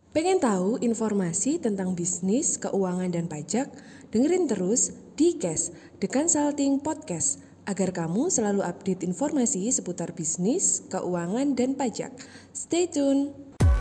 Pengen tahu informasi tentang bisnis, keuangan, dan pajak? Dengerin terus di Cash, The Consulting Podcast, agar kamu selalu update informasi seputar bisnis, keuangan, dan pajak. Stay tune!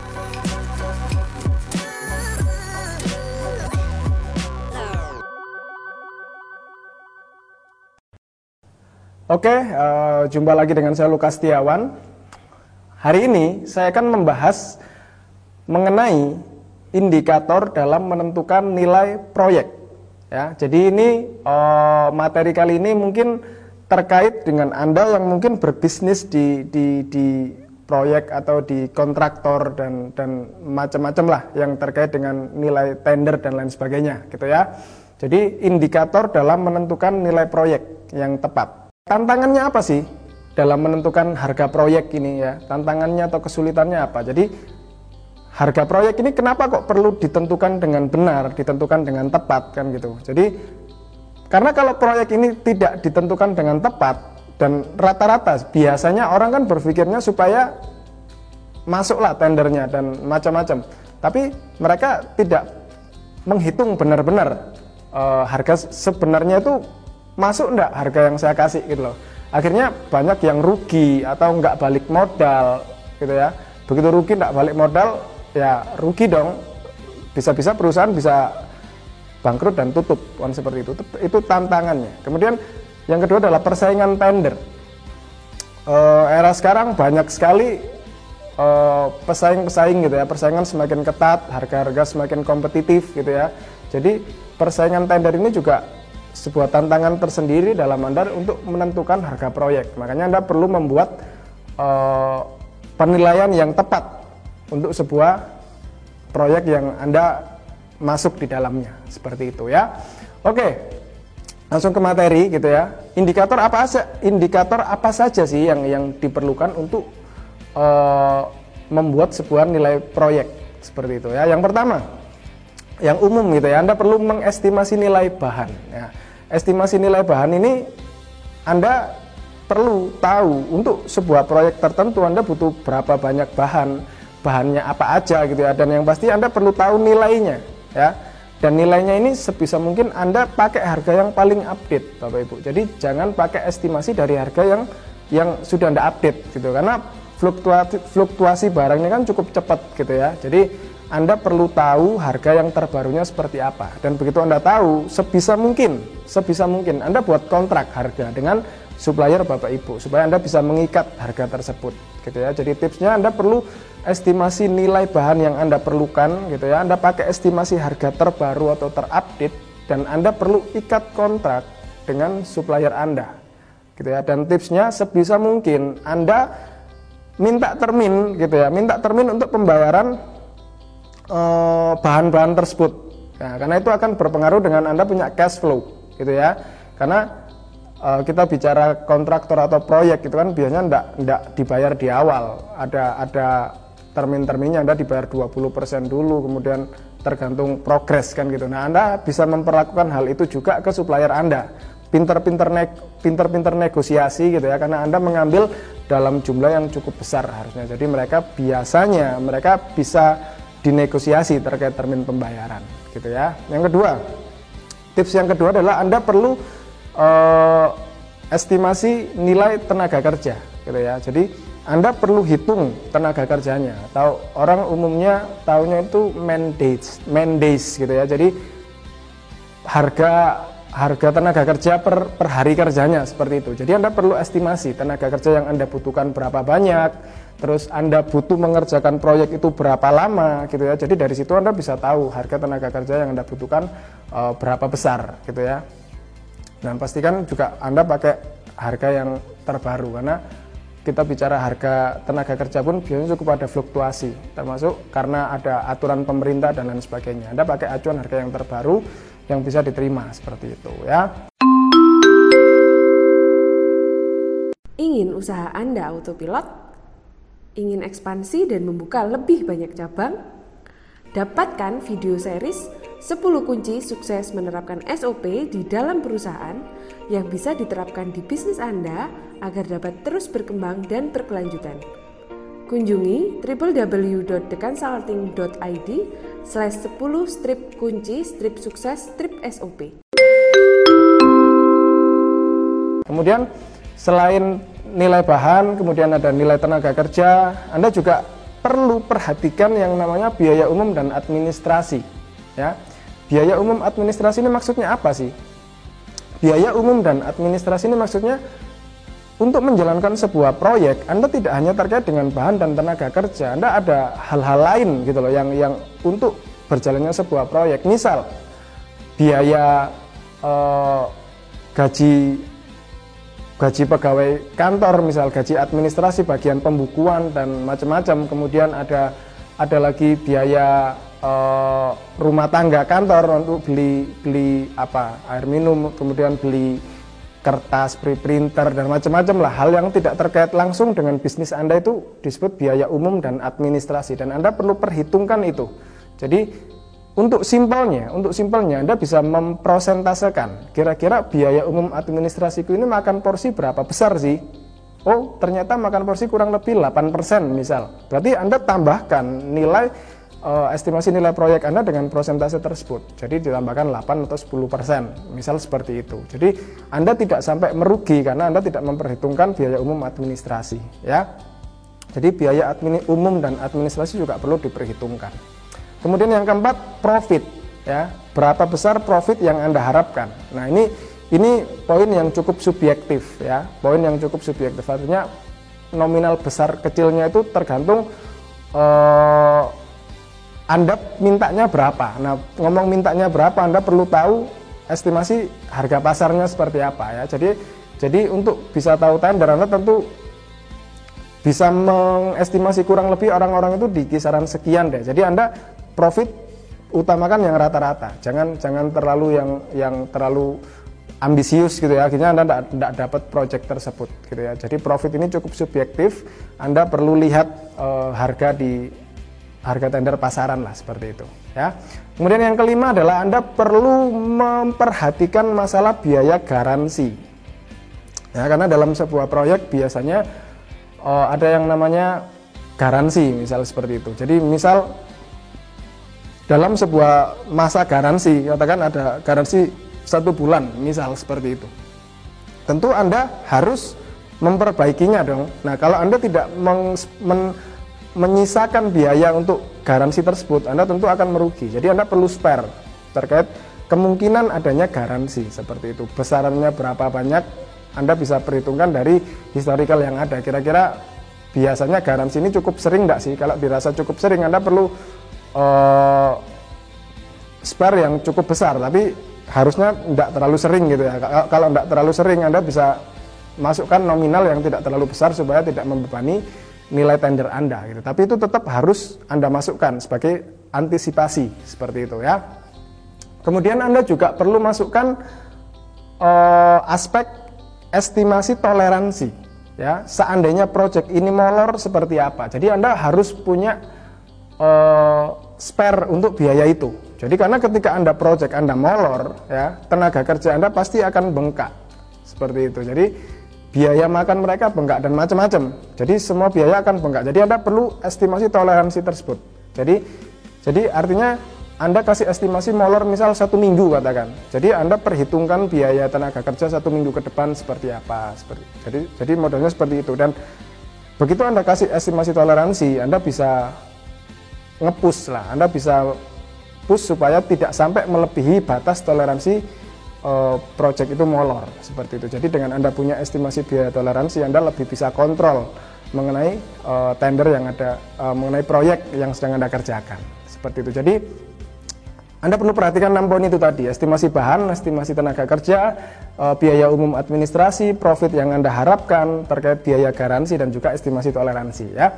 Oke, jumpa lagi dengan saya Lukas Setiawan. Hari ini saya akan membahas mengenai indikator dalam menentukan nilai proyek. Ya, jadi ini materi kali ini mungkin terkait dengan Anda yang mungkin berbisnis di proyek atau di kontraktor dan macam-macam lah yang terkait dengan nilai tender dan lain sebagainya, gitu ya. Jadi indikator dalam menentukan nilai proyek yang tepat. Tantangannya apa sih dalam menentukan harga proyek ini ya? Tantangannya atau kesulitannya apa? Jadi harga proyek ini kenapa kok perlu ditentukan dengan benar, ditentukan dengan tepat kan gitu. Jadi karena kalau proyek ini tidak ditentukan dengan tepat dan rata-rata biasanya orang kan berpikirnya supaya masuklah tendernya dan macam-macam. Tapi mereka tidak menghitung benar-benar harga sebenarnya itu masuk enggak harga yang saya kasih gitu loh. Akhirnya banyak yang rugi atau enggak balik modal gitu ya. Begitu rugi enggak balik modal, ya rugi dong, bisa-bisa perusahaan bisa bangkrut dan tutup kan seperti itu tantangannya. Kemudian yang kedua adalah persaingan tender. Era sekarang banyak sekali pesaing-pesaing gitu ya, persaingan semakin ketat, harga-harga semakin kompetitif gitu ya. Jadi persaingan tender ini juga sebuah tantangan tersendiri dalam Anda untuk menentukan harga proyek. Makanya Anda perlu membuat penilaian yang tepat untuk sebuah proyek yang Anda masuk di dalamnya, seperti itu ya. Oke, langsung ke materi gitu ya. Indikator apa saja sih yang diperlukan untuk membuat sebuah nilai proyek seperti itu ya. Yang pertama, yang umum gitu ya, Anda perlu mengestimasi nilai bahan ya. Estimasi nilai bahan ini Anda perlu tahu untuk sebuah proyek tertentu Anda butuh berapa banyak bahannya apa aja gitu ya, dan yang pasti Anda perlu tahu nilainya ya. Dan nilainya ini sebisa mungkin Anda pakai harga yang paling update Bapak Ibu. Jadi jangan pakai estimasi dari harga yang sudah Anda update gitu, karena fluktuasi barangnya kan cukup cepat gitu ya. Jadi Anda perlu tahu harga yang terbarunya seperti apa, dan begitu Anda tahu, sebisa mungkin Anda buat kontrak harga dengan supplier Bapak Ibu supaya Anda bisa mengikat harga tersebut gitu ya. Jadi tipsnya Anda perlu estimasi nilai bahan yang Anda perlukan gitu ya. Anda pakai estimasi harga terbaru atau terupdate, dan Anda perlu ikat kontrak dengan supplier Anda gitu ya. Dan tipsnya sebisa mungkin Anda minta termin gitu ya, minta termin untuk pembayaran bahan-bahan tersebut ya, karena itu akan berpengaruh dengan Anda punya cash flow gitu ya. Karena kita bicara kontraktor atau proyek itu kan biasanya enggak dibayar di awal, ada termin-terminnya, Anda dibayar 20% dulu, kemudian tergantung progres kan gitu. Nah, Anda bisa memperlakukan hal itu juga ke supplier Anda. Pinter-pinter negosiasi gitu ya, karena Anda mengambil dalam jumlah yang cukup besar harusnya. Jadi mereka bisa dinegosiasi terkait termin pembayaran gitu ya. Yang kedua, tips yang kedua adalah Anda perlu estimasi nilai tenaga kerja gitu ya. Jadi Anda perlu hitung tenaga kerjanya, atau orang umumnya taunya itu man days gitu ya. Jadi harga tenaga kerja per hari kerjanya seperti itu. Jadi Anda perlu estimasi tenaga kerja yang Anda butuhkan berapa banyak, terus Anda butuh mengerjakan proyek itu berapa lama gitu ya. Jadi dari situ Anda bisa tahu harga tenaga kerja yang Anda butuhkan berapa besar gitu ya. Dan pastikan juga Anda pakai harga yang terbaru, karena kita bicara harga tenaga kerja pun biasanya cukup ada fluktuasi, termasuk karena ada aturan pemerintah dan lain sebagainya. Anda pakai acuan harga yang terbaru yang bisa diterima seperti itu ya. Ingin usaha Anda autopilot? Ingin ekspansi dan membuka lebih banyak cabang? Dapatkan video series 10 kunci sukses menerapkan SOP di dalam perusahaan yang bisa diterapkan di bisnis Anda agar dapat terus berkembang dan berkelanjutan. Kunjungi www.dekansalting.id/10-kunci-sukses-sop. Kemudian selain nilai bahan, kemudian ada nilai tenaga kerja, Anda juga perlu perhatikan yang namanya biaya umum dan administrasi. Ya, biaya umum administrasi ini maksudnya apa sih? Biaya umum dan administrasi ini maksudnya untuk menjalankan sebuah proyek, Anda tidak hanya terkait dengan bahan dan tenaga kerja, Anda ada hal-hal lain gitu loh yang untuk berjalannya sebuah proyek. Misal biaya gaji pegawai kantor, misal gaji administrasi, bagian pembukuan dan macam-macam. Kemudian ada lagi biaya rumah tangga kantor untuk beli air minum, kemudian beli kertas, printer dan macam-macam lah, hal yang tidak terkait langsung dengan bisnis Anda itu disebut biaya umum dan administrasi, dan Anda perlu perhitungkan itu. Jadi untuk simpelnya Anda bisa memprosentasekan kira-kira biaya umum administrasiku ini makan porsi berapa besar sih? Oh, ternyata makan porsi kurang lebih 8% misal. Berarti Anda tambahkan nilai estimasi nilai proyek Anda dengan persentase tersebut. Jadi ditambahkan 8 atau 10%, misal seperti itu. Jadi Anda tidak sampai merugi karena Anda tidak memperhitungkan biaya umum administrasi, ya. Jadi biaya umum dan administrasi juga perlu diperhitungkan. Kemudian yang keempat, profit, ya. Berapa besar profit yang Anda harapkan? Nah, ini poin yang cukup subjektif, ya. Poin yang cukup subjektif, artinya nominal besar kecilnya itu tergantung Anda mintanya berapa. Nah, ngomong mintanya berapa, Anda perlu tahu estimasi harga pasarnya seperti apa, ya. Jadi untuk bisa tahu tender, Anda tentu bisa mengestimasi kurang lebih orang-orang itu di kisaran sekian deh. Jadi Anda profit utamakan yang rata-rata. Jangan terlalu yang terlalu ambisius gitu ya. Akhirnya Anda tidak dapat project tersebut gitu ya. Jadi profit ini cukup subjektif. Anda perlu lihat harga tender pasaran lah, seperti itu, ya. Kemudian yang kelima adalah Anda perlu memperhatikan masalah biaya garansi, ya, karena dalam sebuah proyek biasanya ada yang namanya garansi, misal seperti itu. Jadi misal dalam sebuah masa garansi, katakan ada garansi 1 bulan, misal seperti itu, tentu Anda harus memperbaikinya dong. Nah, kalau Anda tidak menyisakan biaya untuk garansi tersebut, Anda tentu akan merugi. Jadi Anda perlu spare terkait kemungkinan adanya garansi seperti itu. Besarannya berapa banyak, Anda bisa perhitungkan dari historical yang ada. Kira-kira biasanya garansi ini cukup sering enggak sih? Kalau dirasa cukup sering, Anda perlu spare yang cukup besar, tapi harusnya enggak terlalu sering gitu ya. Kalau enggak terlalu sering, Anda bisa masukkan nominal yang tidak terlalu besar supaya tidak membebani nilai tender Anda gitu. Tapi itu tetap harus Anda masukkan sebagai antisipasi seperti itu, ya. Kemudian Anda juga perlu masukkan aspek estimasi toleransi, ya. Seandainya project ini molor seperti apa. Jadi Anda harus punya spare untuk biaya itu. Jadi karena ketika project Anda molor, ya, tenaga kerja Anda pasti akan bengkak. Seperti itu. Jadi biaya makan mereka bengkak dan macam-macam. Jadi semua biaya akan bengkak. Jadi Anda perlu estimasi toleransi tersebut. Jadi artinya Anda kasih estimasi molor misal 1 minggu katakan. Jadi Anda perhitungkan biaya tenaga kerja 1 minggu ke depan seperti apa. Jadi modelnya seperti itu. Dan begitu Anda kasih estimasi toleransi, Anda bisa nge-push lah. Anda bisa push supaya tidak sampai melebihi batas toleransi project itu molor seperti itu. Jadi dengan Anda punya estimasi biaya toleransi, Anda lebih bisa kontrol mengenai tender yang ada, mengenai proyek yang sedang Anda kerjakan seperti itu. Jadi Anda perlu perhatikan 6 poin itu tadi: estimasi bahan, estimasi tenaga kerja, biaya umum administrasi, profit yang Anda harapkan, terkait biaya garansi, dan juga estimasi toleransi, ya.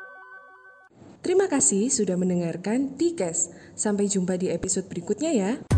Terima kasih sudah mendengarkan Dikes. Sampai jumpa di episode berikutnya ya.